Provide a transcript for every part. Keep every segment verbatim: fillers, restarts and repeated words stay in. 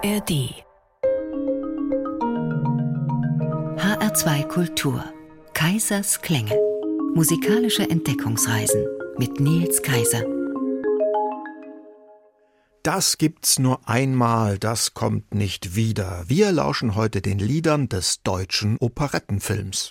R D H R zwei Kultur Kaisers Klänge. Musikalische Entdeckungsreisen mit Nils Kaiser. Das gibt's nur einmal, das kommt nicht wieder. Wir lauschen heute den Liedern des deutschen Operettenfilms.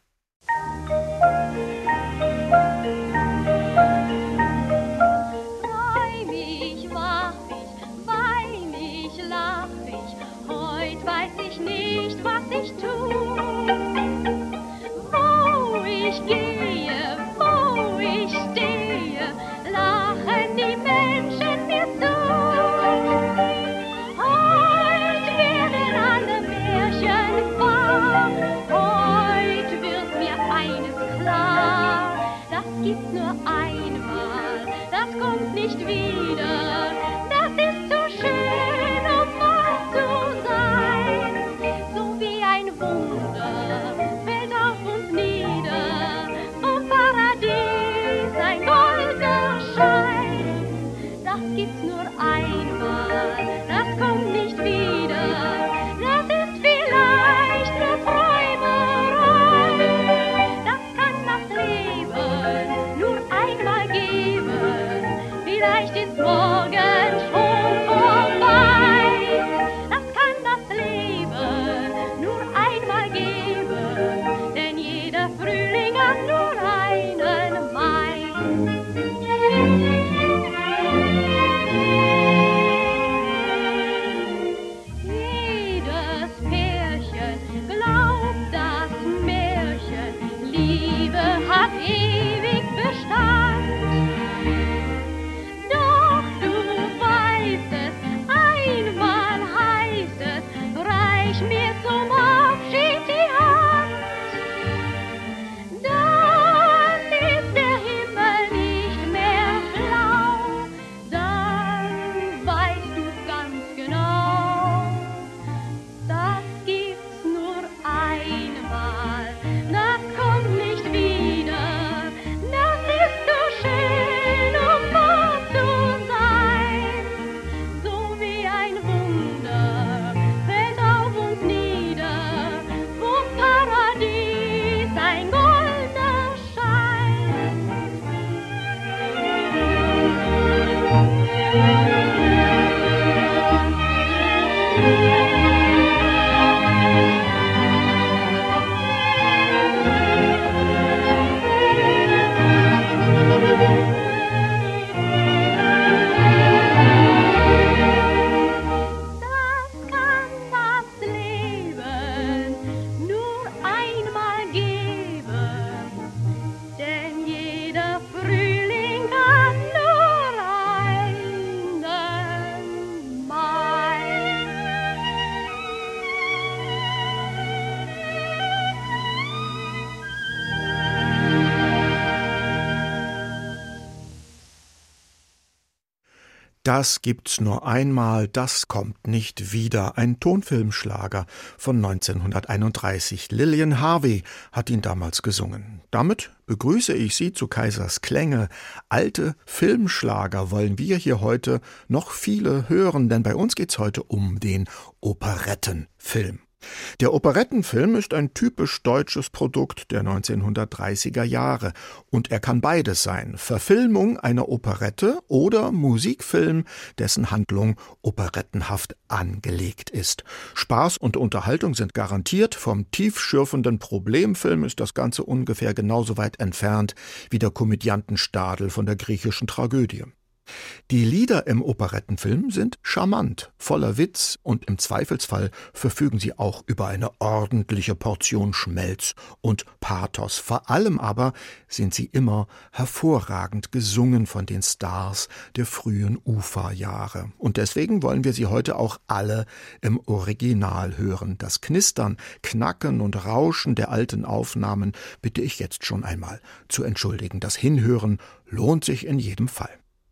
Das gibt's nur einmal, das kommt nicht wieder. Ein Tonfilmschlager von neunzehnhunderteinunddreißig. Lillian Harvey hat ihn damals gesungen. Damit begrüße ich Sie zu Kaisers Klänge. Alte Filmschlager wollen wir hier heute noch viele hören, denn bei uns geht's heute um den Operettenfilm. Der Operettenfilm ist ein typisch deutsches Produkt der neunzehnhundertdreißiger Jahre und er kann beides sein, Verfilmung einer Operette oder Musikfilm, dessen Handlung operettenhaft angelegt ist. Spaß und Unterhaltung sind garantiert, vom tiefschürfenden Problemfilm ist das Ganze ungefähr genauso weit entfernt wie der Komödiantenstadel von der griechischen Tragödie. Die Lieder im Operettenfilm sind charmant, voller Witz und im Zweifelsfall verfügen sie auch über eine ordentliche Portion Schmelz und Pathos. Vor allem aber sind sie immer hervorragend gesungen von den Stars der frühen Uferjahre. Und deswegen wollen wir sie heute auch alle im Original hören. Das Knistern, Knacken und Rauschen der alten Aufnahmen bitte ich jetzt schon einmal zu entschuldigen. Das Hinhören lohnt sich in jedem Fall.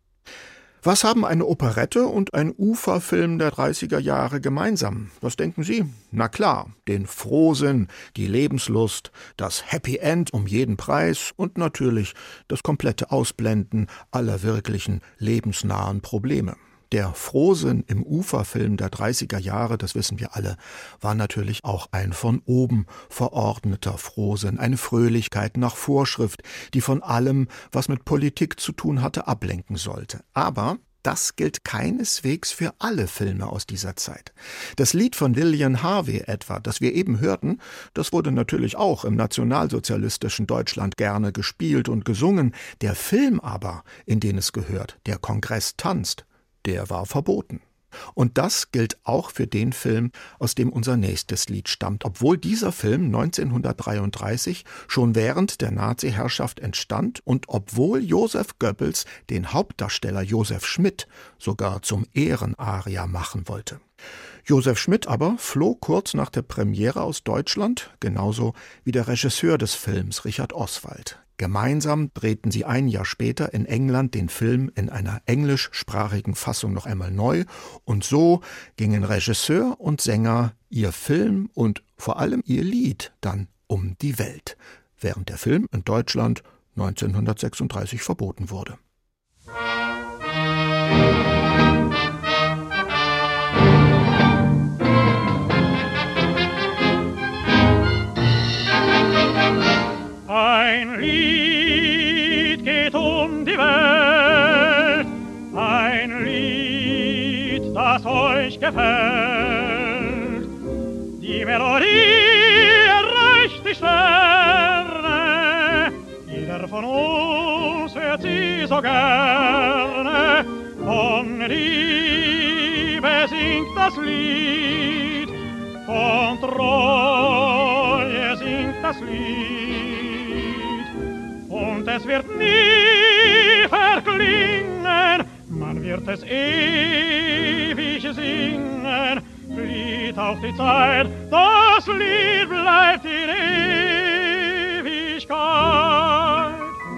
Was haben eine Operette und ein Uferfilm der dreißiger Jahre gemeinsam? Was denken Sie? Na klar, den Frohsinn, die Lebenslust, das Happy End um jeden Preis und natürlich das komplette Ausblenden aller wirklichen lebensnahen Probleme. Der Frohsinn im Uferfilm der dreißiger Jahre, das wissen wir alle, war natürlich auch ein von oben verordneter Frohsinn, eine Fröhlichkeit nach Vorschrift, die von allem, was mit Politik zu tun hatte, ablenken sollte. Aber das gilt keineswegs für alle Filme aus dieser Zeit. Das Lied von Lilian Harvey etwa, das wir eben hörten, das wurde natürlich auch im nationalsozialistischen Deutschland gerne gespielt und gesungen. Der Film aber, in den es gehört, Der Kongress tanzt, der war verboten. Und das gilt auch für den Film, aus dem unser nächstes Lied stammt, obwohl dieser Film neunzehnhundertdreiunddreißig schon während der Nazi-Herrschaft entstand und obwohl Joseph Goebbels den Hauptdarsteller Josef Schmidt sogar zum Ehrenarier machen wollte. Josef Schmidt aber floh kurz nach der Premiere aus Deutschland, genauso wie der Regisseur des Films, Richard Oswald. Gemeinsam drehten sie ein Jahr später in England den Film in einer englischsprachigen Fassung noch einmal neu und so gingen Regisseur und Sänger, ihr Film und vor allem ihr Lied dann um die Welt, während der Film in Deutschland neunzehnhundertsechsunddreißig verboten wurde. Ein Lied geht um die Welt, ein Lied, das euch gefällt. Die Melodie erreicht die Sterne, jeder von uns hört sie so gerne. Von Liebe singt das Lied, von Treue singt das Lied. Und es wird nie verklingen, man wird es ewig singen. Flieht auch die Zeit, das Lied bleibt in Ewigkeit.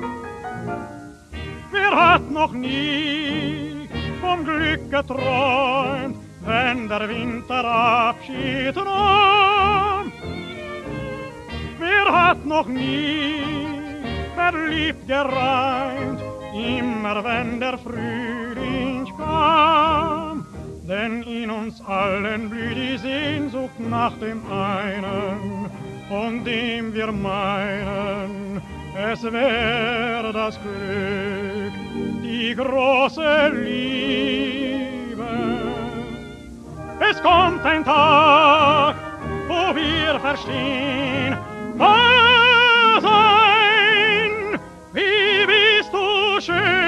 Wer hat noch nie vom Glück geträumt, wenn der Winter Abschied nahm? Wer hat noch nie verliebt gereimt, immer wenn der Frühling kam? Denn in uns allen blüht die Sehnsucht nach dem einen, von dem wir meinen, es wäre das Glück, die große Liebe. Es kommt ein Tag, wo wir verstehen, was sein, wie bist du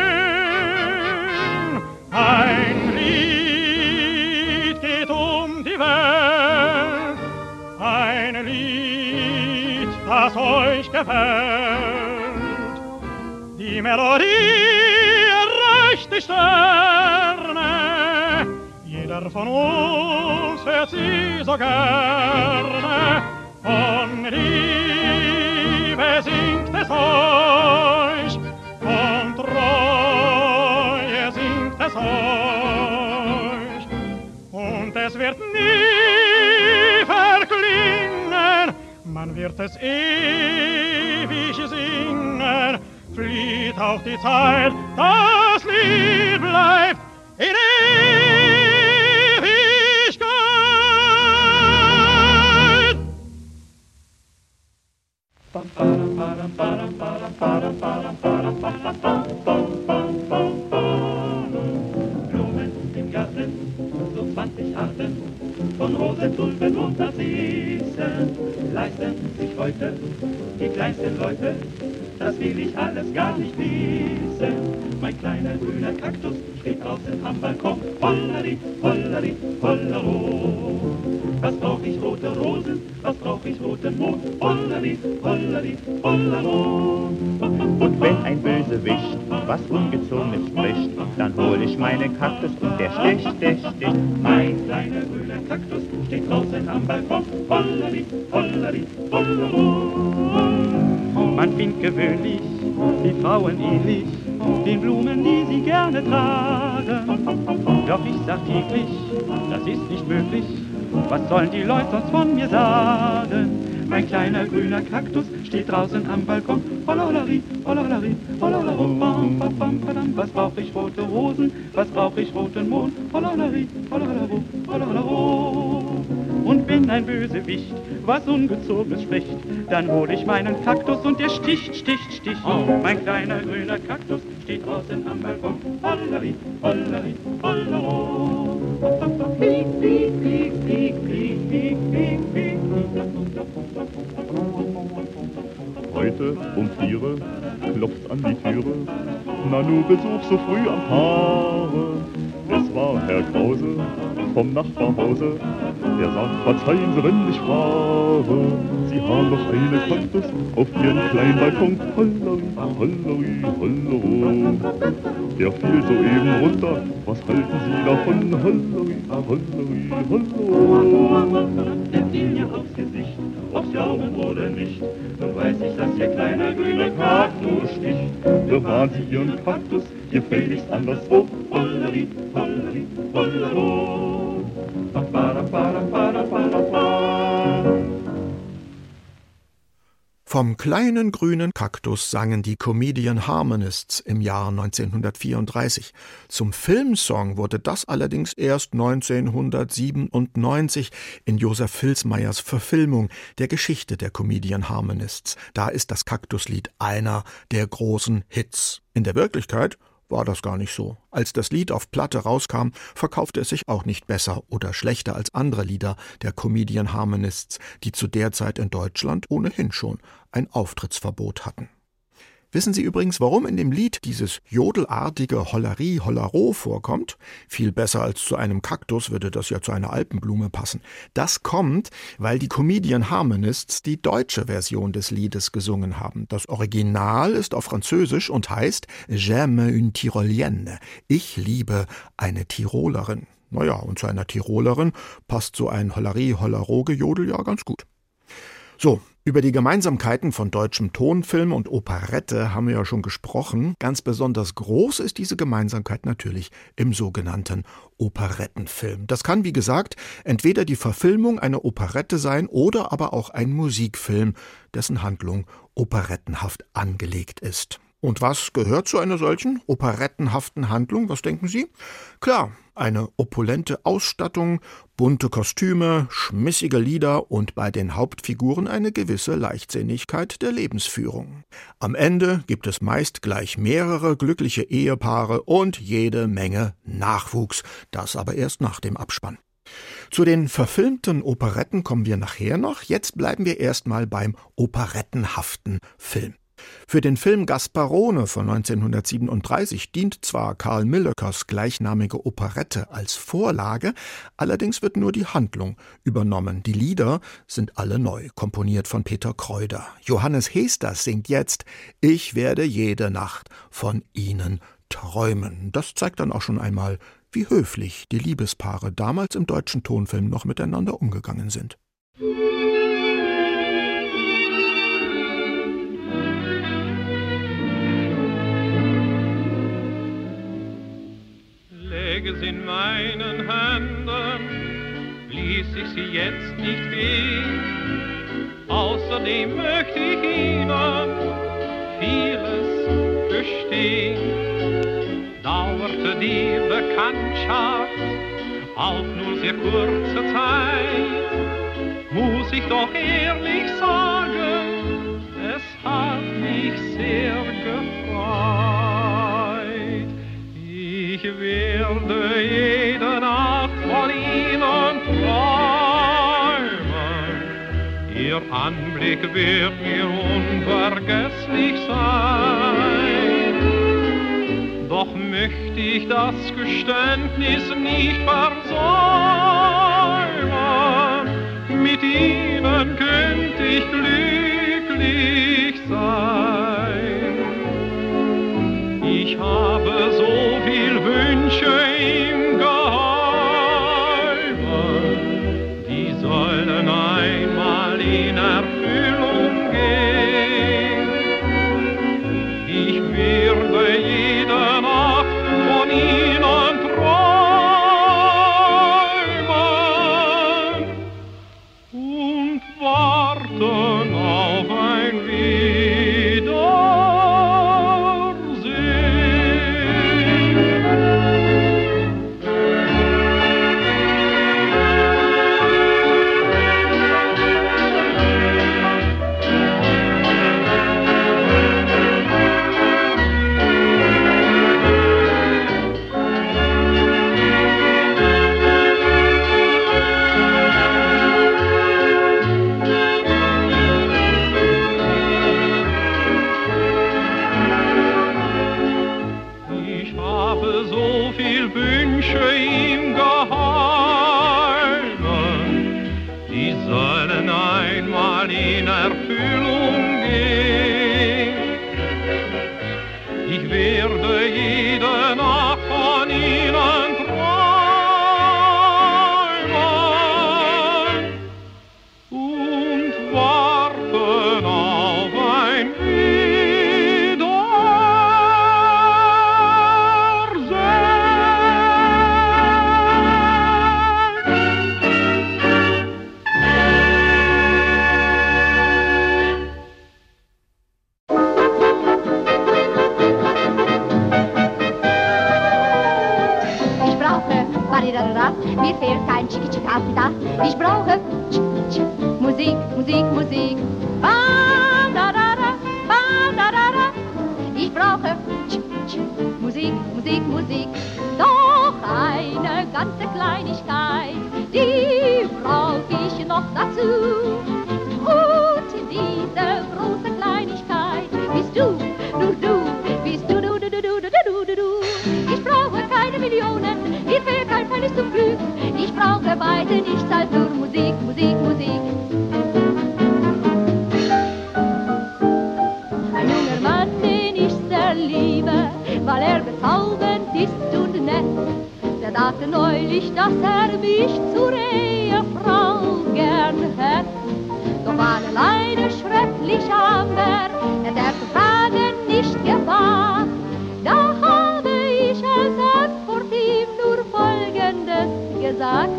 schön. Ein Lied geht um die Welt, ein Lied, das euch gefällt. Die Melodie erreicht die Sterne, jeder von uns hört sie so gerne. Von Liebe singt es euch, von Treue singt es euch. Und es wird nie verklingen, man wird es ewig singen. Flieht auch die Zeit, das Lied bleibt in Ewigkeit. Blumen im Garten, so zwanzig Arten von Rosen, Tulpen und Narzissen leisten sich heute die kleinsten Leute. Das will ich alles gar nicht wissen. Mein kleiner grüner Kaktus steht draußen am Balkon. Hollari, hollari, hollero. Was brauch ich rote Rosen, was brauch ich roten Mond? Hollari, hollari, hollero. Und wenn ein Bösewicht was Ungezogenes spricht, dann hol ich meinen Kaktus und der sticht, der sticht. Mein kleiner grüner Kaktus steht draußen am Balkon. Hollari, hollari, hollero. Man findet gewöhnlich die Frauen ähnlich den Blumen, die sie gerne tragen. Doch ich sag täglich, das ist nicht möglich. Was sollen die Leute sonst von mir sagen? Mein kleiner grüner Kaktus steht draußen am Balkon. Hololari, hololari, hololaro, bam, bam, bam, badam. Was brauch ich rote Rosen, was brauch ich roten Mohn? Hololari, hololaro, hololaro. Und wenn ein Bösewicht was Ungezogenes spricht, dann hol ich meinen Kaktus und der sticht, sticht, sticht. Mein kleiner grüner Kaktus steht draußen am Balkon. Hololari, hololari, hololaro. Piek, piek, piek, piek, piek, piek, piek, piek. Heute um viere klopft's an die Türe. Nanu, Besuch so früh am Paare. Es war Herr Krause vom Nachbarhause. Er sagt, verzeihen Sie, wenn ich frage. Sie haben doch einen Kaktus auf Ihren kleinen Balkon. Hollari, hollari, hollero. Der fiel soeben runter. Was halten Sie davon? Hollari, hollari, hollero. Nimmt ihn mir aufs Gesicht, ob Sie glauben oder nicht. Nun weiß ich, dass Ihr kleiner grüner Kaktus sticht. Bewahren Sie Ihren Kaktus gefälligst anderswo. Hollari, hollari, hollero. Vom kleinen grünen Kaktus sangen die Comedian Harmonists im Jahr neunzehnhundertvierunddreißig. Zum Filmsong wurde das allerdings erst neunzehnhundertsiebenundneunzig in Josef Vilsmeyers Verfilmung der Geschichte der Comedian Harmonists. Da ist das Kaktuslied einer der großen Hits. In der Wirklichkeit war das gar nicht so. Als das Lied auf Platte rauskam, verkaufte es sich auch nicht besser oder schlechter als andere Lieder der Comedian Harmonists, die zu der Zeit in Deutschland ohnehin schon ein Auftrittsverbot hatten. Wissen Sie übrigens, warum in dem Lied dieses jodelartige Hollari, Hollaro vorkommt? Viel besser als zu einem Kaktus würde das ja zu einer Alpenblume passen. Das kommt, weil die Comedian Harmonists die deutsche Version des Liedes gesungen haben. Das Original ist auf Französisch und heißt J'aime une Tyrolienne. Ich liebe eine Tirolerin. Naja, und zu einer Tirolerin passt so ein Hollari, Hollaro-Gejodel ja ganz gut. So, über die Gemeinsamkeiten von deutschem Tonfilm und Operette haben wir ja schon gesprochen. Ganz besonders groß ist diese Gemeinsamkeit natürlich im sogenannten Operettenfilm. Das kann, wie gesagt, entweder die Verfilmung einer Operette sein oder aber auch ein Musikfilm, dessen Handlung operettenhaft angelegt ist. Und was gehört zu einer solchen operettenhaften Handlung? Was denken Sie? Klar, eine opulente Ausstattung, bunte Kostüme, schmissige Lieder und bei den Hauptfiguren eine gewisse Leichtsinnigkeit der Lebensführung. Am Ende gibt es meist gleich mehrere glückliche Ehepaare und jede Menge Nachwuchs, das aber erst nach dem Abspann. Zu den verfilmten Operetten kommen wir nachher noch, jetzt bleiben wir erstmal beim operettenhaften Film. Für den Film Gasparone von neunzehnhundertsiebenunddreißig dient zwar Carl Millöckers gleichnamige Operette als Vorlage, allerdings wird nur die Handlung übernommen. Die Lieder sind alle neu, komponiert von Peter Kreuder. Johannes Heester singt jetzt »Ich werde jede Nacht von Ihnen träumen«. Das zeigt dann auch schon einmal, wie höflich die Liebespaare damals im deutschen Tonfilm noch miteinander umgegangen sind. Läge sie in meinen Händen, ließ ich sie jetzt nicht gehen. Außerdem möchte ich Ihnen vieles gestehen. Dauerte die Bekanntschaft auch nur sehr kurze Zeit, muss ich doch ehrlich sagen, es hat mich sehr gefreut. Ich werde jede Nacht von Ihnen träumen. Ihr Anblick wird mir unvergesslich sein. Doch möchte ich das Geständnis nicht versäumen. Mit Ihnen könnte ich glücklich sein. Ich habe so viel Wünsche im Geheimen, die sollen einmal in Erfüllung gehen. Ich werde jede Nacht von Ihnen träumen und warten. Baridadada. Mir fehlt kein Chiki-Chikafida. Ich brauche Ch Ch Musik, Musik, Musik. Ba-da-da-da, ba-da-da-da. Ich brauche Ch Ch Musik, Musik, Musik. Doch eine ganze Kleinigkeit, die brauch ich noch dazu. Und diese große Kleinigkeit bist du, du, du, bist du, du, du, du, du, du, du, du, du. Ich brauche keine Millionen, mir fehlt kein Pfennig zum Glück. Ich brauche weiter nichts als nur Musik, Musik, Musik. Ein junger Mann, den ich sehr liebe, weil er bezaubernd ist und nett, der dachte neulich, dass er mich zur Ehefrau gern hätt. Doch war er leider schrecklich amber, er der zu fragen nicht gewagt. Da habe ich als Antwort ihm nur Folgendes gesagt: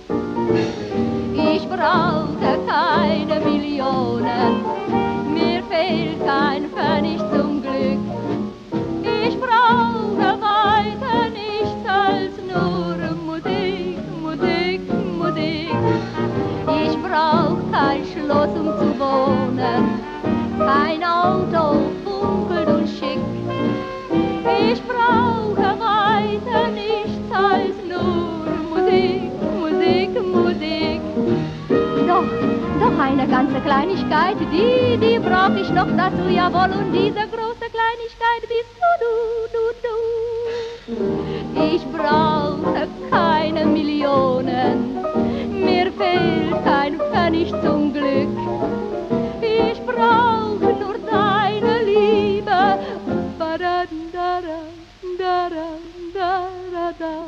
Ich brauche keine Millionen, mir fehlt kein Pfennig zum Glück. Ich brauche weiter nichts als nur Musik, Musik, Musik. Ich brauch kein Schloss, um zu wohnen, kein Auto, funkelt und schick. Ich brauche weiter nichts als nur Musik, Musik, Musik. Doch, doch eine ganze Kleinigkeit, die, die brauch ich noch dazu, jawohl. Und diese große Kleinigkeit bist du, du, du, du. Ich brauche keine Millionen, mir fehlt kein Pfennig zum Glück. Ich brauche nur deine Liebe. Ba-da-da-da, da-da-da-da-da.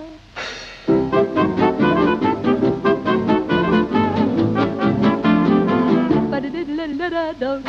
Ba-da-da-da-da-da.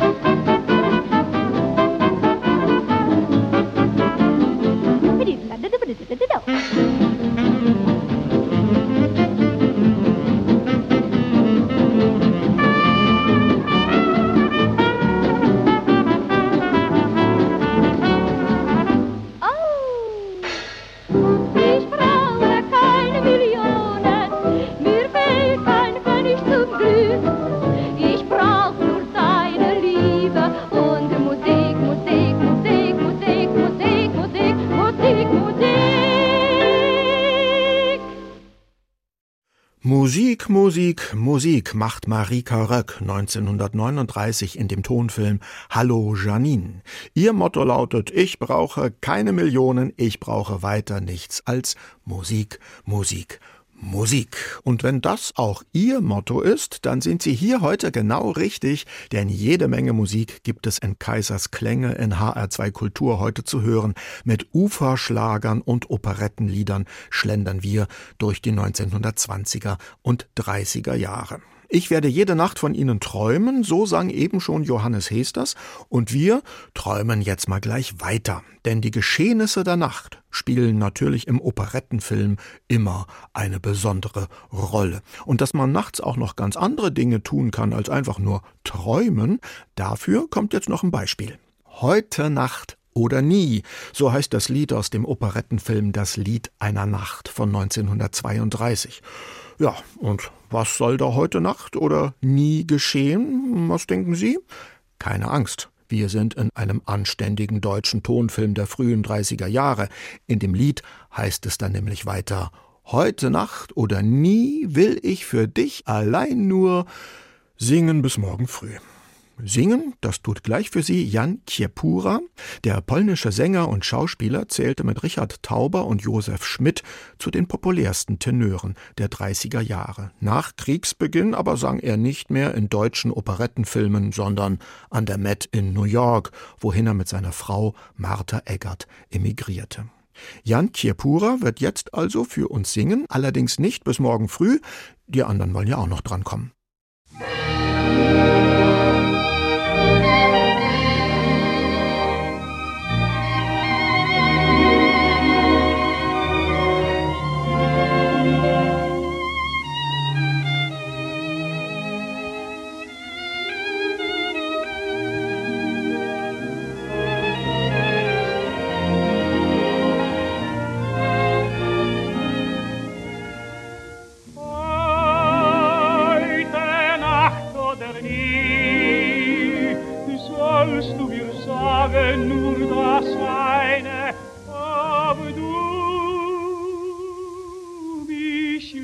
Musik, Musik, Musik macht Marika Röck neunzehnhundertneununddreißig in dem Tonfilm Hallo Janine. Ihr Motto lautet: Ich brauche keine Millionen, ich brauche weiter nichts als Musik, Musik, Musik. Und wenn das auch Ihr Motto ist, dann sind Sie hier heute genau richtig, denn jede Menge Musik gibt es in Kaisers Klänge in H R zwei Kultur heute zu hören. Mit Uferschlagern und Operettenliedern schlendern wir durch die neunzehnhundertzwanziger und dreißiger Jahre. Ich werde jede Nacht von Ihnen träumen, so sang eben schon Johannes Heesters, und wir träumen jetzt mal gleich weiter. Denn die Geschehnisse der Nacht spielen natürlich im Operettenfilm immer eine besondere Rolle. Und dass man nachts auch noch ganz andere Dinge tun kann als einfach nur träumen, dafür kommt jetzt noch ein Beispiel. Heute Nacht oder nie, so heißt das Lied aus dem Operettenfilm Das Lied einer Nacht von neunzehnhundertzweiunddreißig. Ja, und was soll da heute Nacht oder nie geschehen? Was denken Sie? Keine Angst. Wir sind in einem anständigen deutschen Tonfilm der frühen dreißiger Jahre. In dem Lied heißt es dann nämlich weiter: Heute Nacht oder nie will ich für dich allein nur singen bis morgen früh. Singen, das tut gleich für Sie Jan Kiepura. Der polnische Sänger und Schauspieler zählte mit Richard Tauber und Josef Schmidt zu den populärsten Tenören der dreißiger Jahre. Nach Kriegsbeginn aber sang er nicht mehr in deutschen Operettenfilmen, sondern an der Met in New York, wohin er mit seiner Frau Martha Eggert emigrierte. Jan Kiepura wird jetzt also für uns singen, allerdings nicht bis morgen früh. Die anderen wollen ja auch noch drankommen.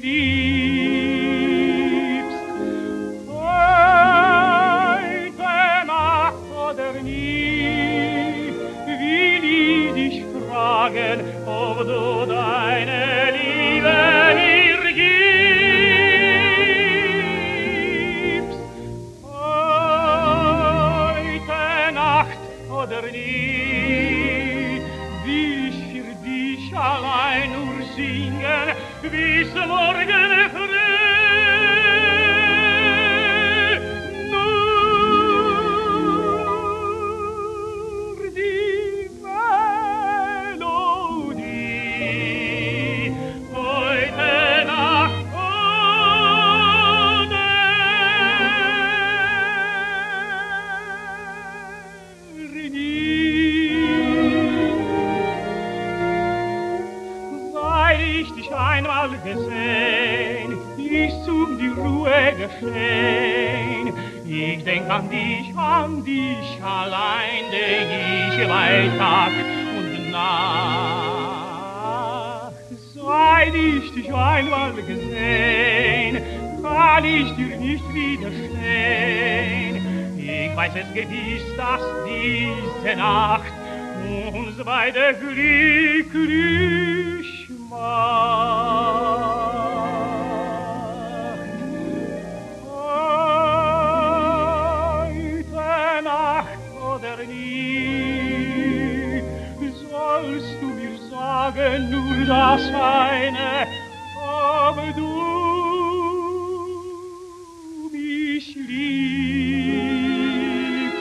liebst. Heute Nacht oder nie will ich dich fragen, ob du deine Liebe mir gibst. Heute Nacht oder nie will ich für dich allein nur singen, bis morgen früh. Nur die Melodie heute Nacht oder nie. Seit ich dich einmal gesehen, ist um die Ruhe geschehen. Ich denk an dich, an dich allein, denk ich bei Tag und Nacht. Seit ich dich einmal gesehen, kann ich dir nicht widerstehen. Ich weiß es gewiss, dass diese Nacht uns beide glücklich macht. Heute Nacht oder nie sollst du mir sagen, nur das eine, ob du mich liebst.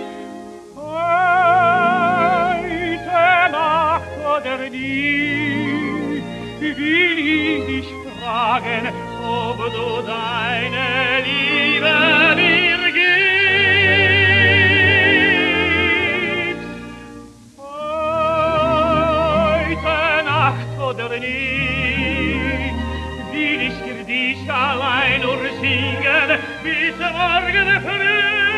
Heute Nacht oder nie will ich dich fragen, ob du deine Liebe mir gibst. Heute Nacht oder nie will ich für dich allein nur singen, bis morgen früh.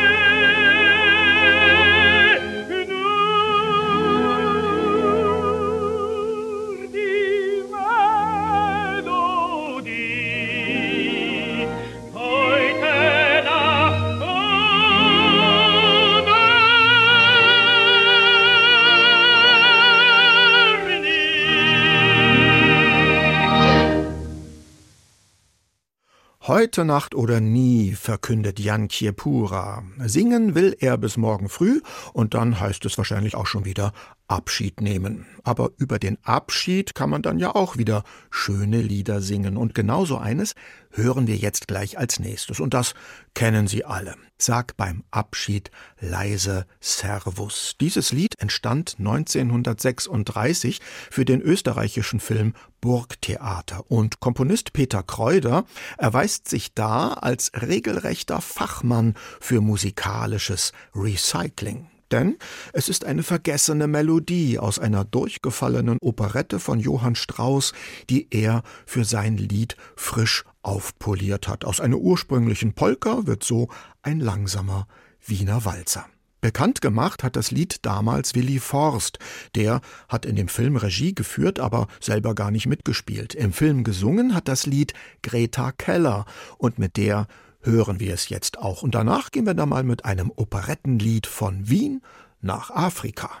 Heute Nacht oder nie, verkündet Jan Kiepura. Singen will er bis morgen früh und dann heißt es wahrscheinlich auch schon wieder Abschied nehmen. Aber über den Abschied kann man dann ja auch wieder schöne Lieder singen. Und genau so eines hören wir jetzt gleich als nächstes. Und das kennen Sie alle. Sag beim Abschied leise Servus. Dieses Lied entstand neunzehnhundertsechsunddreißig für den österreichischen Film Burgtheater. Und Komponist Peter Kreuder erweist sich da als regelrechter Fachmann für musikalisches Recycling. Denn es ist eine vergessene Melodie aus einer durchgefallenen Operette von Johann Strauss, die er für sein Lied frisch aufpoliert hat. Aus einer ursprünglichen Polka wird so ein langsamer Wiener Walzer. Bekannt gemacht hat das Lied damals Willi Forst. Der hat in dem Film Regie geführt, aber selber gar nicht mitgespielt. Im Film gesungen hat das Lied Greta Keller und mit der hören wir es jetzt auch. Und danach gehen wir dann mal mit einem Operettenlied von Wien nach Afrika.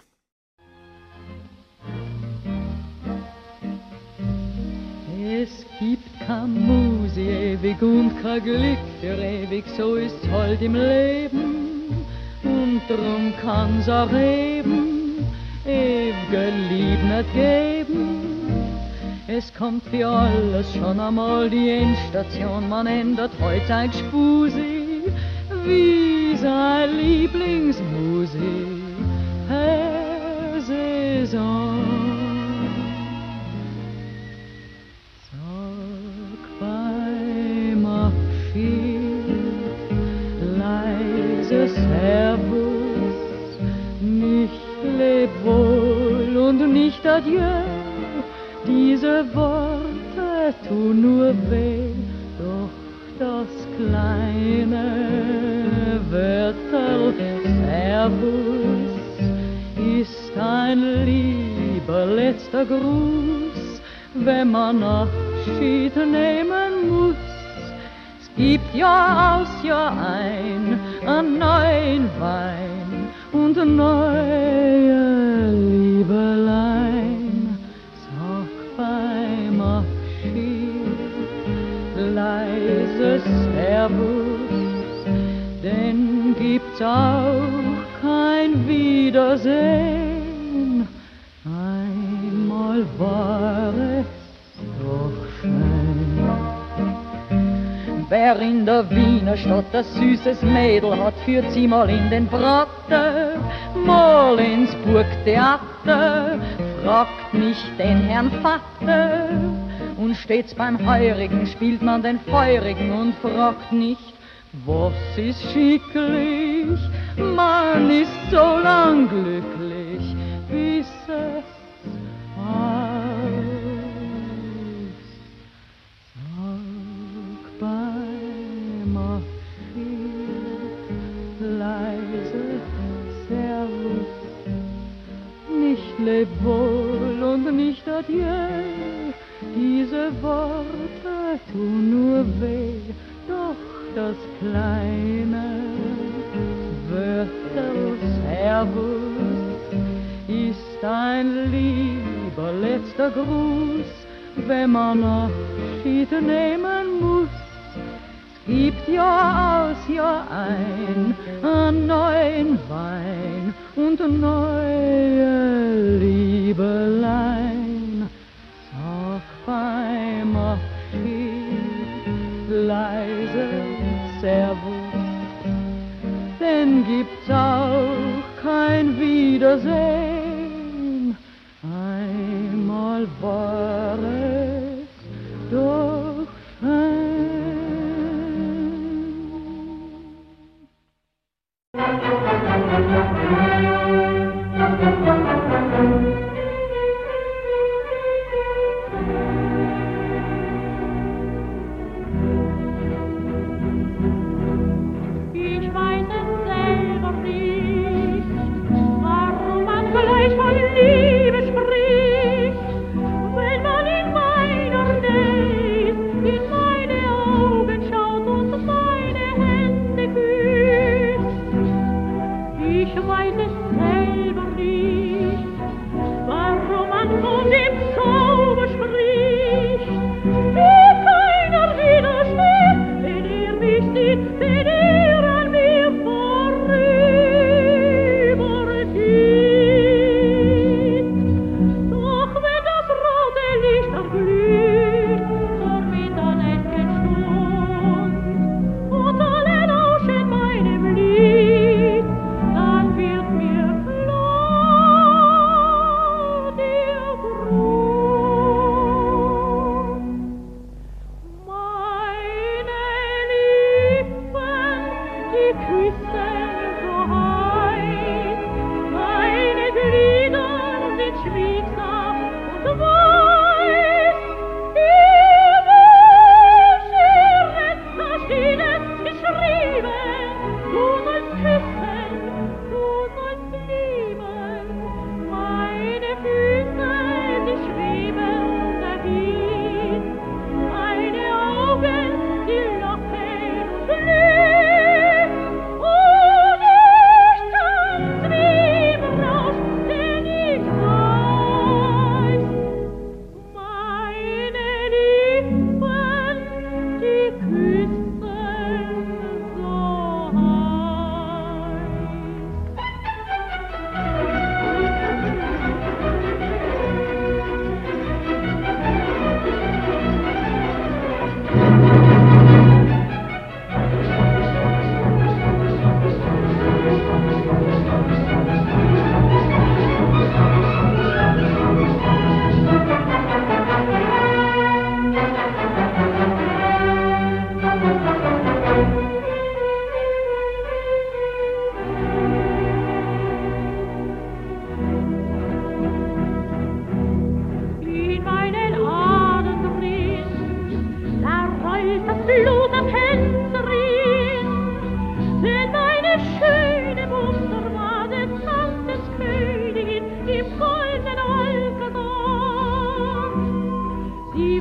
Es gibt kein Musi ewig und kein Glück für ewig, so ist's halt im Leben. Und drum kann's auch eben ewige Lieb nicht geben. Es kommt für alles schon einmal die Endstation, man ändert heut sein Gspusi, wie sein Lieblingsmusi, Herr Saison. Sag beim Abschied leise Servus, nicht leb wohl und nicht adieu. Diese Worte tun nur weh, doch das kleine Wörterl Servus ist ein lieber letzter Gruß, wenn man Nacht Abschied nehmen muss. Es gibt Jahr aus Jahr ein, einen neuen Wein und ein neue Liebelein. Sag beim Abschied leises Servus, denn gibt's auch kein Wiedersehen. Einmal war es doch schön. Wer in der Wiener Stadt ein süßes Mädel hat, führt sie mal in den Prater, mal ins Burgtheater, fragt nicht den Herrn Vater. Und stets beim Heurigen spielt man den Feurigen und fragt nicht, was ist schicklich, man ist so lang glücklich, bis es aus. Sag beim Abschied leise Servus, nicht leb wohl und nicht adieu, diese Worte tun nur weh, doch das kleine Wörterl Servus ist ein lieber letzter Gruß, wenn man Abschied nehmen muss. Es gibt Jahr aus Jahr ein, einen neuen Wein und eine neue Liebelein. Sag beim Abschied leise Servus, denn gibt's auch kein Wiedersehen. Einmal war es doch schön. Ich weiß es selber nicht, warum man glücklich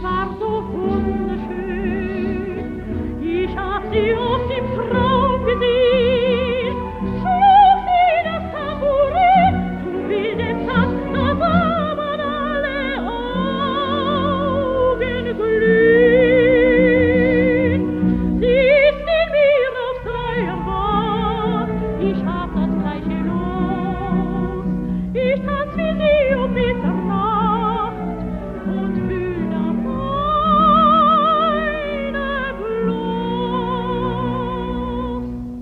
war so wunderschön. Ich hab sie auf dem Traum gesehen, schlug sie das Tambourin, du wilde Tat, da sah man alle Augen glühen. Sie ist in mir aufs Neue wach, ich hab das gleiche Los. Ich tanz wie sie um Mitternacht und fühl das eine bloß.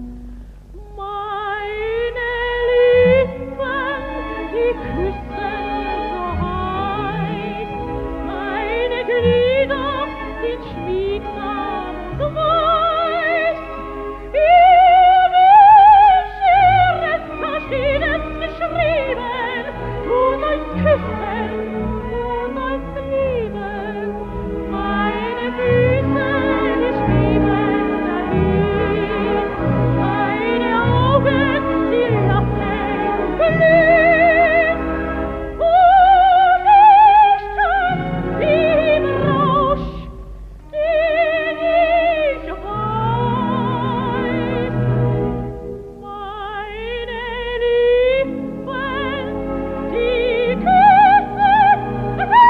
Meine Lippen, die küssen so heiß, meine Glieder sind schmiegsam und weiß. Ihr Wunsch, ihres Verschiedens geschrieben, du sollst küssen, du sollst lieben. Meine Füße, die schweben dahin, meine Augen, die lachen und glühen. Und ich tanz im Rausch, den ich weiß. Meine Lippen, die küssen so heiß.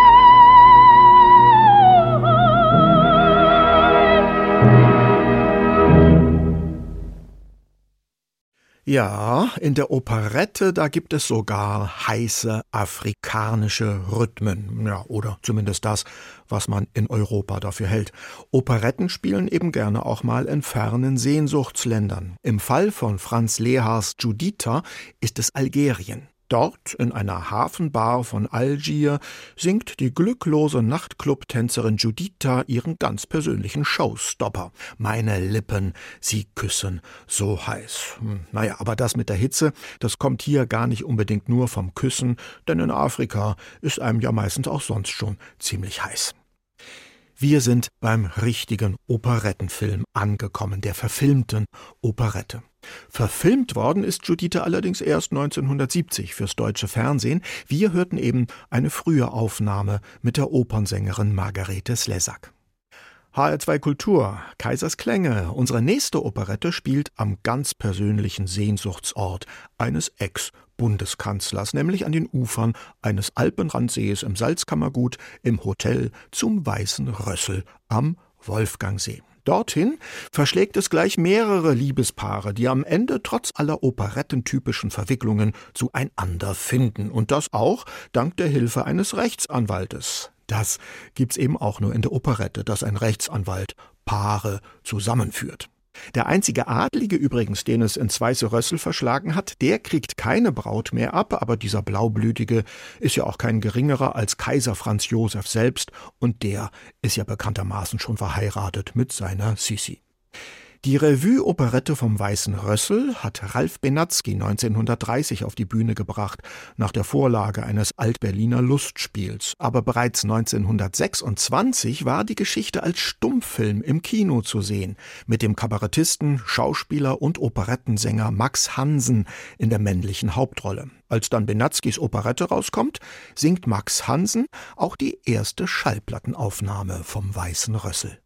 Ja, in der Operette, da gibt es sogar heiße afrikanische Rhythmen. Ja, oder zumindest das, was man in Europa dafür hält. Operetten spielen eben gerne auch mal in fernen Sehnsuchtsländern. Im Fall von Franz Lehars Giuditta ist es Algerien. Dort, in einer Hafenbar von Algier, singt die glücklose Nachtclub-Tänzerin Giuditta ihren ganz persönlichen Showstopper. Meine Lippen, sie küssen so heiß. Hm, naja, aber das mit der Hitze, das kommt hier gar nicht unbedingt nur vom Küssen, denn in Afrika ist einem ja meistens auch sonst schon ziemlich heiß. Wir sind beim richtigen Operettenfilm angekommen, der verfilmten Operette. Verfilmt worden ist Giuditta allerdings erst neunzehnhundertsiebzig fürs deutsche Fernsehen. Wir hörten eben eine frühe Aufnahme mit der Opernsängerin Margarete Slezak. H R zwei Kultur, Kaisers Klänge. Unsere nächste Operette spielt am ganz persönlichen Sehnsuchtsort eines Ex-Bundeskanzlers, nämlich an den Ufern eines Alpenrandsees im Salzkammergut im Hotel zum Weißen Rössel am Wolfgangsee. Dorthin verschlägt es gleich mehrere Liebespaare, die am Ende trotz aller operettentypischen Verwicklungen zueinander finden. Und das auch dank der Hilfe eines Rechtsanwaltes. Das gibt's eben auch nur in der Operette, dass ein Rechtsanwalt Paare zusammenführt. Der einzige Adlige übrigens, den es ins Weiße Rössel verschlagen hat, der kriegt keine Braut mehr ab, aber dieser Blaublütige ist ja auch kein geringerer als Kaiser Franz Josef selbst und der ist ja bekanntermaßen schon verheiratet mit seiner Sisi. Die Revue-Operette vom Weißen Rössel hat Ralf Benatzky neunzehnhundertdreißig auf die Bühne gebracht, nach der Vorlage eines Altberliner Lustspiels. Aber bereits neunzehnhundertsechsundzwanzig war die Geschichte als Stummfilm im Kino zu sehen, mit dem Kabarettisten, Schauspieler und Operettensänger Max Hansen in der männlichen Hauptrolle. Als dann Benatzkys Operette rauskommt, singt Max Hansen auch die erste Schallplattenaufnahme vom Weißen Rössel.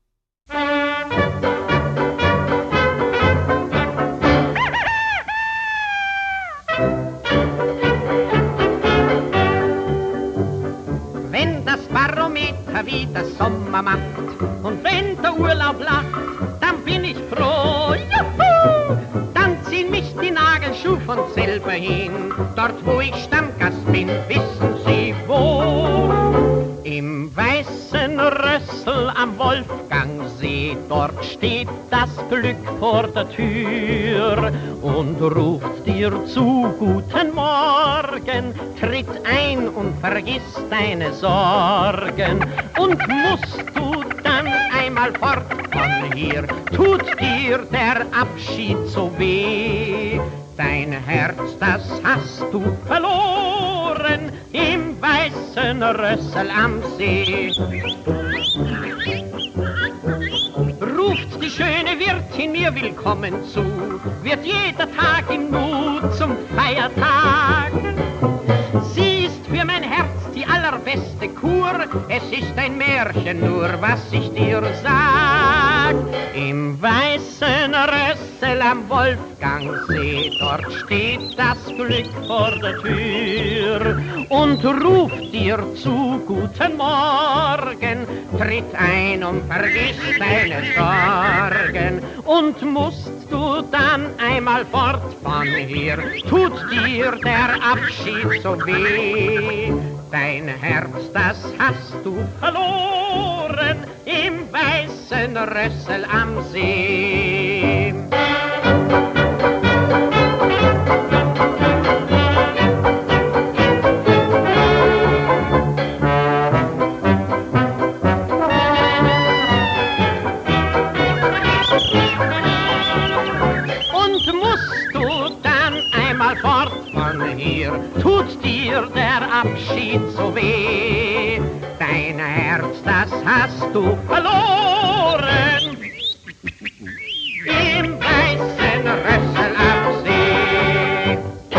Wenn das Barometer wieder Sommer macht und wenn der Urlaub lacht, dann bin ich froh. Juhu! Dann ziehen mich die Nagelschuhe von selber hin. Dort, wo ich Stammgast bin, wissen Sie wo? Im Weißen Rössel am Wolfgangsee, dort steht das Glück vor der Tür und ruft dir zu, guten Morgen, tritt ein und vergiss deine Sorgen. Und musst du dann einmal fort von hier, tut dir der Abschied so weh. Dein Herz, das hast du verloren im Weißen Rössel am See. Ruft die schöne Wirtin mir willkommen zu, wird jeder Tag im Mut zum Feiertag. Sie ist für mein Herz die allerbeste Kur, es ist ein Märchen, nur was ich dir sag. Im weißen Rössel am Wolfgangsee, dort steht das Glück vor der Tür und ruft dir zu, guten Morgen, tritt ein und vergiss deine Sorgen. Und musst du dann einmal fort von hier, tut dir der Abschied so weh. Dein Herz, das hast du verloren im weißen Rössel am See. Und musst du dann einmal fort von hier, tut dir der Abschied so weh. Dein Herz, das hast du verloren im weißen Rössel am See.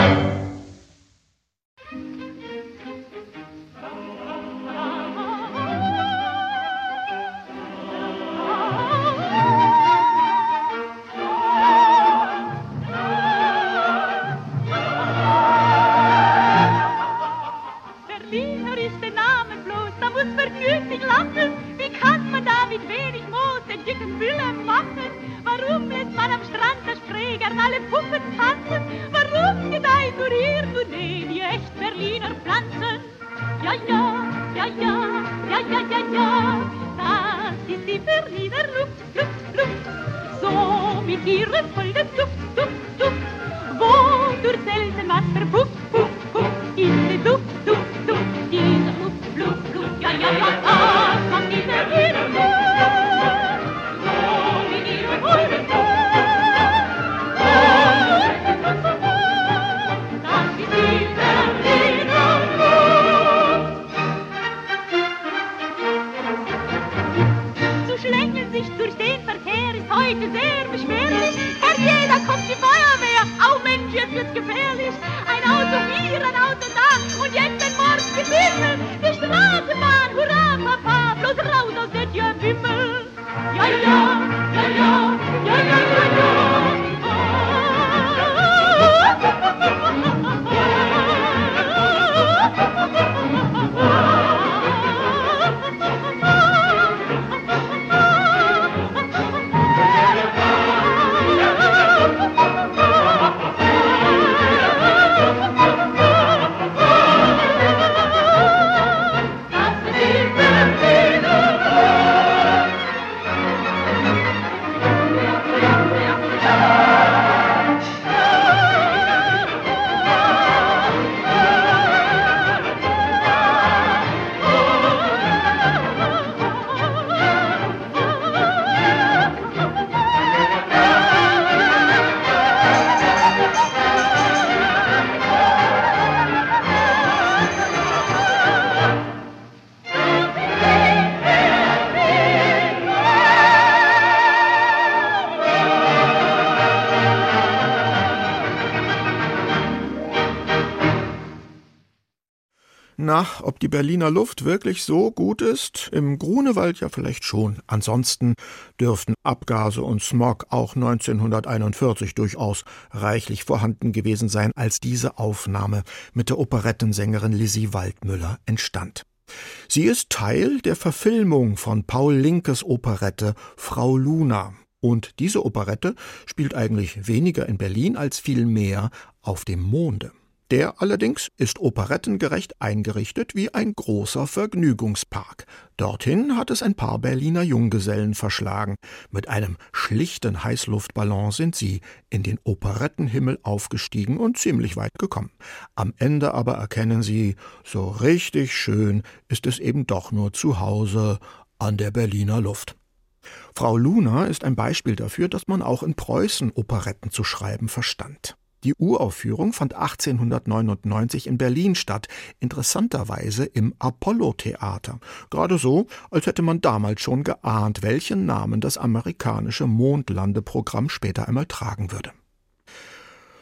Berliner ist der Name bloß, da muss vergnüglich lachen. Wie kann man da mit wenig Moos den dicken Wilhelm machen? Warum lässt man am Strand der Spree gern alle Puppen tanzen? Warum gedeiht nur hier, nur nee, die echt Berliner Pflanzen? Ja, ja, ja, ja, ja, ja, ja, ja, das ist die Berliner Luft, Luft, Luft. So mit ihrem vollen Duft, Duft, Duft, wodurch selten was verpufft, puff, puff, in den Duft, Duft, Duft, dieser Luft, Luft, Luft, ja, ja, ja, das macht die Berliner Luft, so mit ihrem vollen Duft, das ist die Berliner Luft. Zu schlängeln sich durch den Verkehr ist heute sehr beschwerlich. Herr jeder kommt die Feuerwehr, au Mensch, jetzt wird's gefährlich. Ein Auto hier, ein Auto da und jetzt ein Mordgewimmel. Die Straßenbahn, hurra, Papa, bloß raus aus der Tierwimmel. Ja, ja, ja, ja, ja, ja, ja, ja. Na, ob die Berliner Luft wirklich so gut ist? Im Grunewald ja vielleicht schon. Ansonsten dürften Abgase und Smog auch neunzehnhunderteinundvierzig durchaus reichlich vorhanden gewesen sein, als diese Aufnahme mit der Operettensängerin Lizzie Waldmüller entstand. Sie ist Teil der Verfilmung von Paul Linkes Operette Frau Luna. Und diese Operette spielt eigentlich weniger in Berlin als vielmehr auf dem Monde. Der allerdings ist operettengerecht eingerichtet wie ein großer Vergnügungspark. Dorthin hat es ein paar Berliner Junggesellen verschlagen. Mit einem schlichten Heißluftballon sind sie in den Operettenhimmel aufgestiegen und ziemlich weit gekommen. Am Ende aber erkennen sie, so richtig schön ist es eben doch nur zu Hause an der Berliner Luft. Frau Luna ist ein Beispiel dafür, dass man auch in Preußen Operetten zu schreiben verstand. Die Uraufführung fand achtzehnhundertneunundneunzig in Berlin statt, interessanterweise im Apollo-Theater. Gerade so, als hätte man damals schon geahnt, welchen Namen das amerikanische Mondlandeprogramm später einmal tragen würde.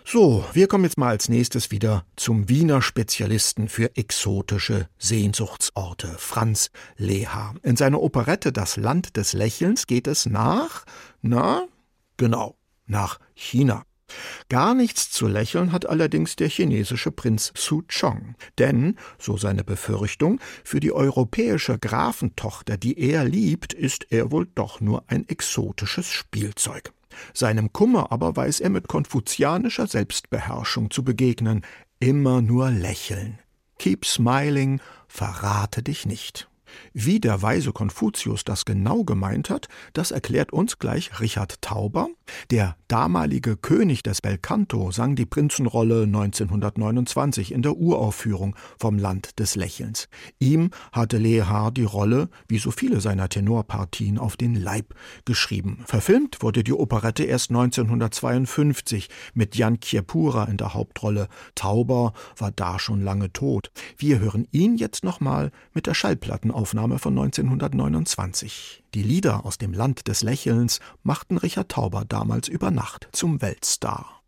So, wir kommen jetzt mal als nächstes wieder zum Wiener Spezialisten für exotische Sehnsuchtsorte, Franz Lehár. In seiner Operette Das Land des Lächelns geht es nach, na, genau, nach China. Gar nichts zu lächeln hat allerdings der chinesische Prinz Su Chong. Denn, so seine Befürchtung, für die europäische Grafentochter, die er liebt, ist er wohl doch nur ein exotisches Spielzeug. Seinem Kummer aber weiß er mit konfuzianischer Selbstbeherrschung zu begegnen. Immer nur lächeln. Keep smiling, verrate dich nicht. Wie der weise Konfuzius das genau gemeint hat, das erklärt uns gleich Richard Tauber. Der damalige König des Belcanto sang die Prinzenrolle neunzehnhundertneunundzwanzig in der Uraufführung vom Land des Lächelns. Ihm hatte Lehár die Rolle, wie so viele seiner Tenorpartien, auf den Leib geschrieben. Verfilmt wurde die Operette erst neunzehnhundertzweiundfünfzig mit Jan Kiepura in der Hauptrolle. Tauber war da schon lange tot. Wir hören ihn jetzt nochmal mit der Schallplattenaufnahme von neunzehnhundertneunundzwanzig. Die Lieder aus dem Land des Lächelns machten Richard Tauber damals über Nacht zum Weltstar.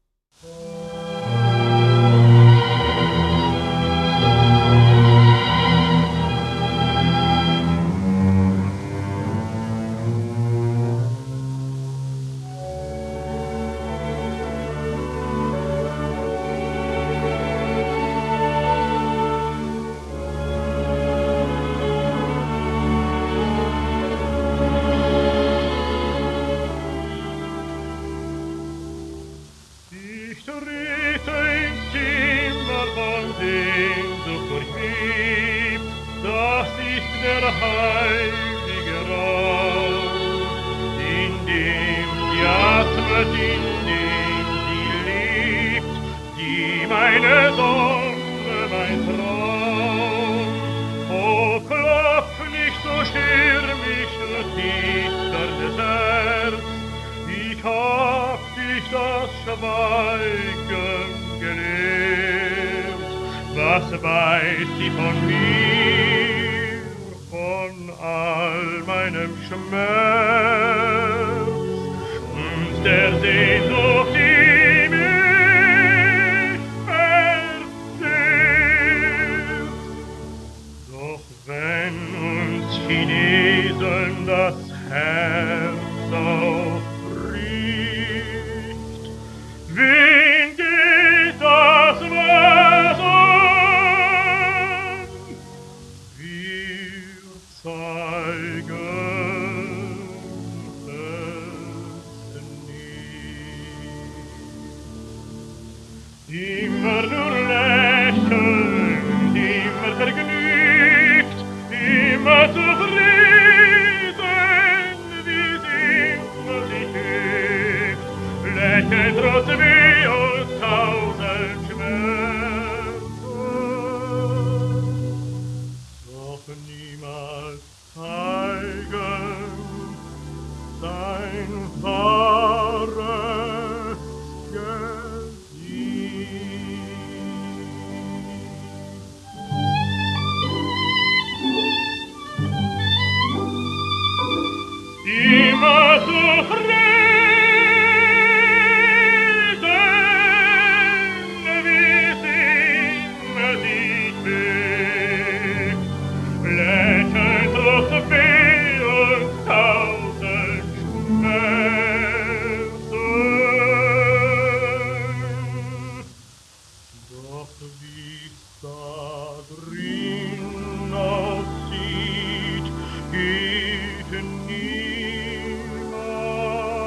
Geht niemand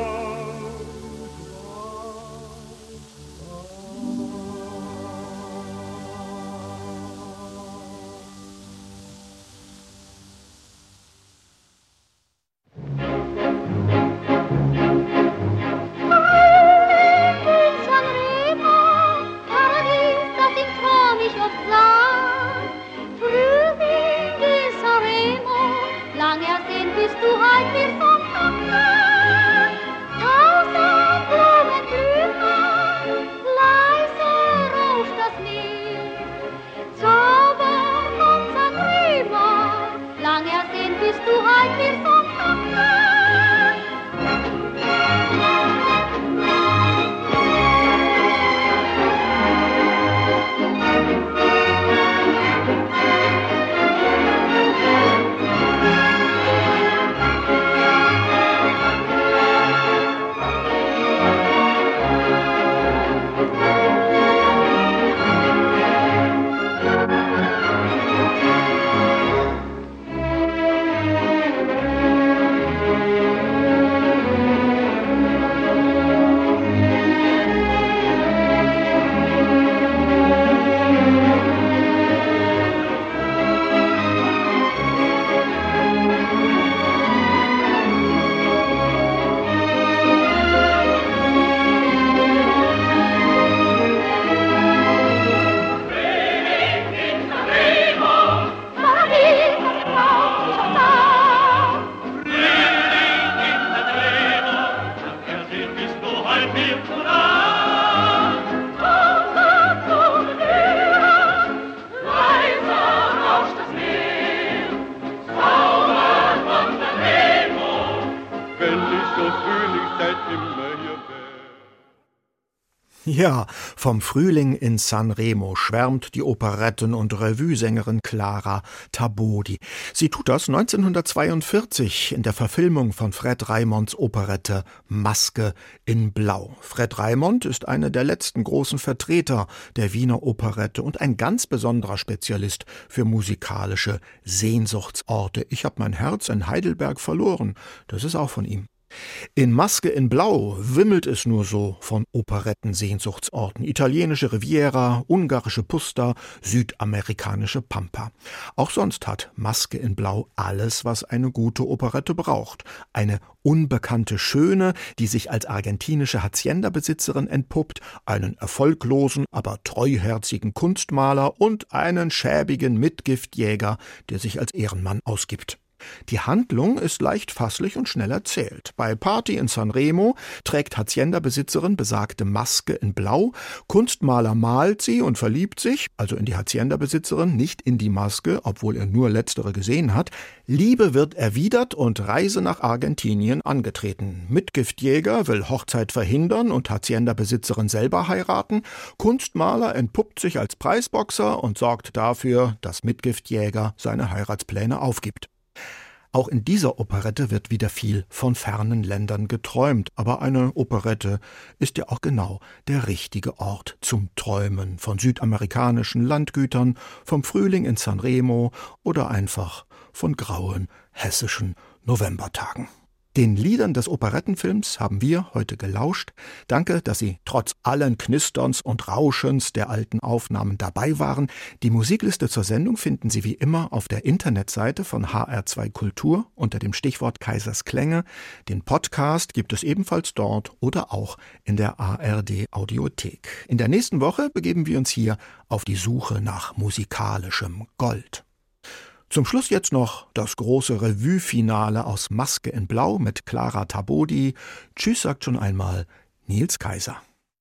Ja, vom Frühling in Sanremo schwärmt die Operetten- und Revue-Sängerin Clara Tabodi. Sie tut das neunzehnhundertzweiundvierzig in der Verfilmung von Fred Reimonds Operette Maske in Blau. Fred Raimond ist einer der letzten großen Vertreter der Wiener Operette und ein ganz besonderer Spezialist für musikalische Sehnsuchtsorte. Ich habe mein Herz in Heidelberg verloren. Das ist auch von ihm. In Maske in Blau wimmelt es nur so von Operetten-Sehnsuchtsorten. Italienische Riviera, ungarische Pusta, südamerikanische Pampa. Auch sonst hat Maske in Blau alles, was eine gute Operette braucht. Eine unbekannte Schöne, die sich als argentinische Hacienda-Besitzerin entpuppt, einen erfolglosen, aber treuherzigen Kunstmaler und einen schäbigen Mitgiftjäger, der sich als Ehrenmann ausgibt. Die Handlung ist leicht fasslich und schnell erzählt. Bei Party in Sanremo trägt Hacienda-Besitzerin besagte Maske in Blau. Kunstmaler malt sie und verliebt sich, also in die Hacienda-Besitzerin, nicht in die Maske, obwohl er nur letztere gesehen hat. Liebe wird erwidert und Reise nach Argentinien angetreten. Mitgiftjäger will Hochzeit verhindern und Hacienda-Besitzerin selber heiraten. Kunstmaler entpuppt sich als Preisboxer und sorgt dafür, dass Mitgiftjäger seine Heiratspläne aufgibt. Auch in dieser Operette wird wieder viel von fernen Ländern geträumt, aber eine Operette ist ja auch genau der richtige Ort zum Träumen von südamerikanischen Landgütern, vom Frühling in Sanremo oder einfach von grauen hessischen Novembertagen. Den Liedern des Operettenfilms haben wir heute gelauscht. Danke, dass Sie trotz allen Knisterns und Rauschens der alten Aufnahmen dabei waren. Die Musikliste zur Sendung finden Sie wie immer auf der Internetseite von H R zwei Kultur unter dem Stichwort Kaisers Klänge. Den Podcast gibt es ebenfalls dort oder auch in der A R D Audiothek. In der nächsten Woche begeben wir uns hier auf die Suche nach musikalischem Gold. Zum Schluss jetzt noch das große Revue-Finale aus Maske in Blau mit Clara Tabodi. Tschüss, sagt schon einmal Nils Kaiser.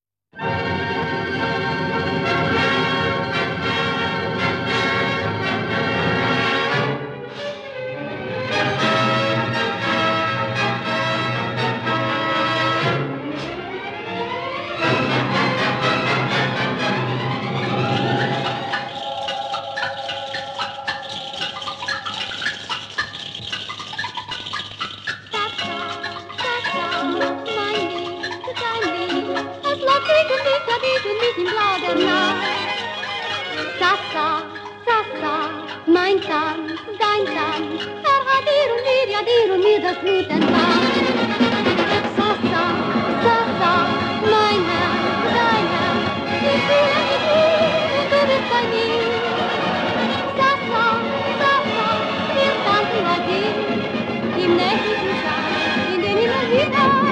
Sasa, Sasa, mein Tanz, dein Tanz, er hat dir und mir, ja dir und mir das Blut entfacht. Sasa, Sasa, mein Herz, dein Herz, ich will mit dir und du bist bei mir. Sasa, Sasa, wir tanzen bei dir, im nächtlichen Schein, in den Himmel hinein.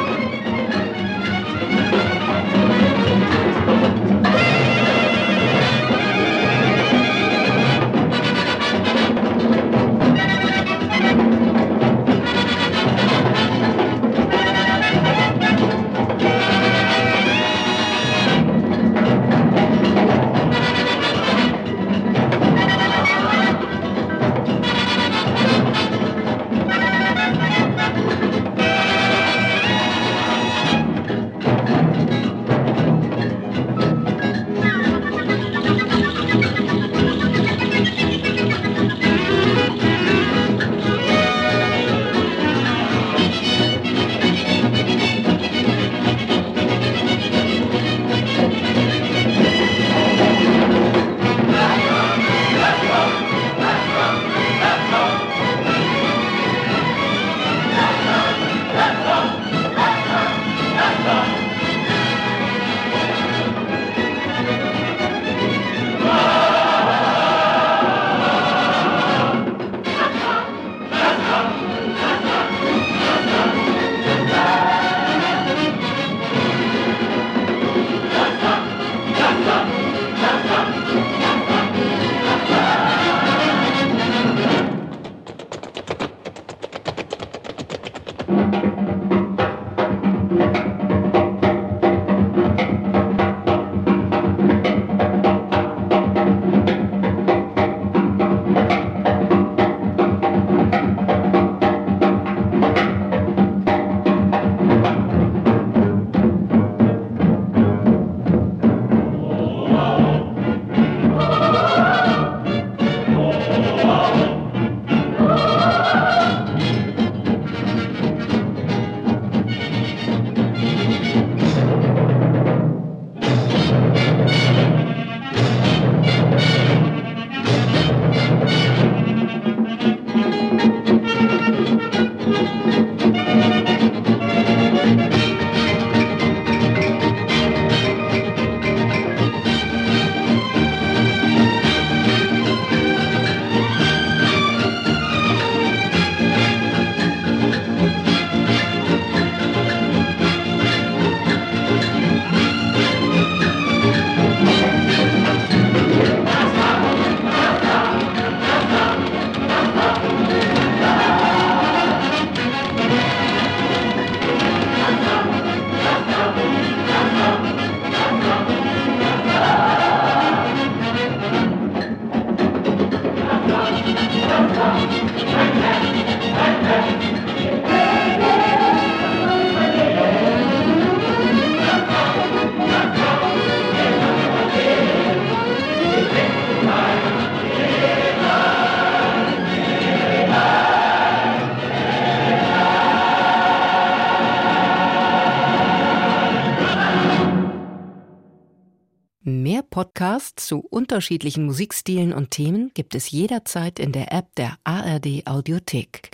Mehr Podcasts zu unterschiedlichen Musikstilen und Themen gibt es jederzeit in der App der A R D Audiothek.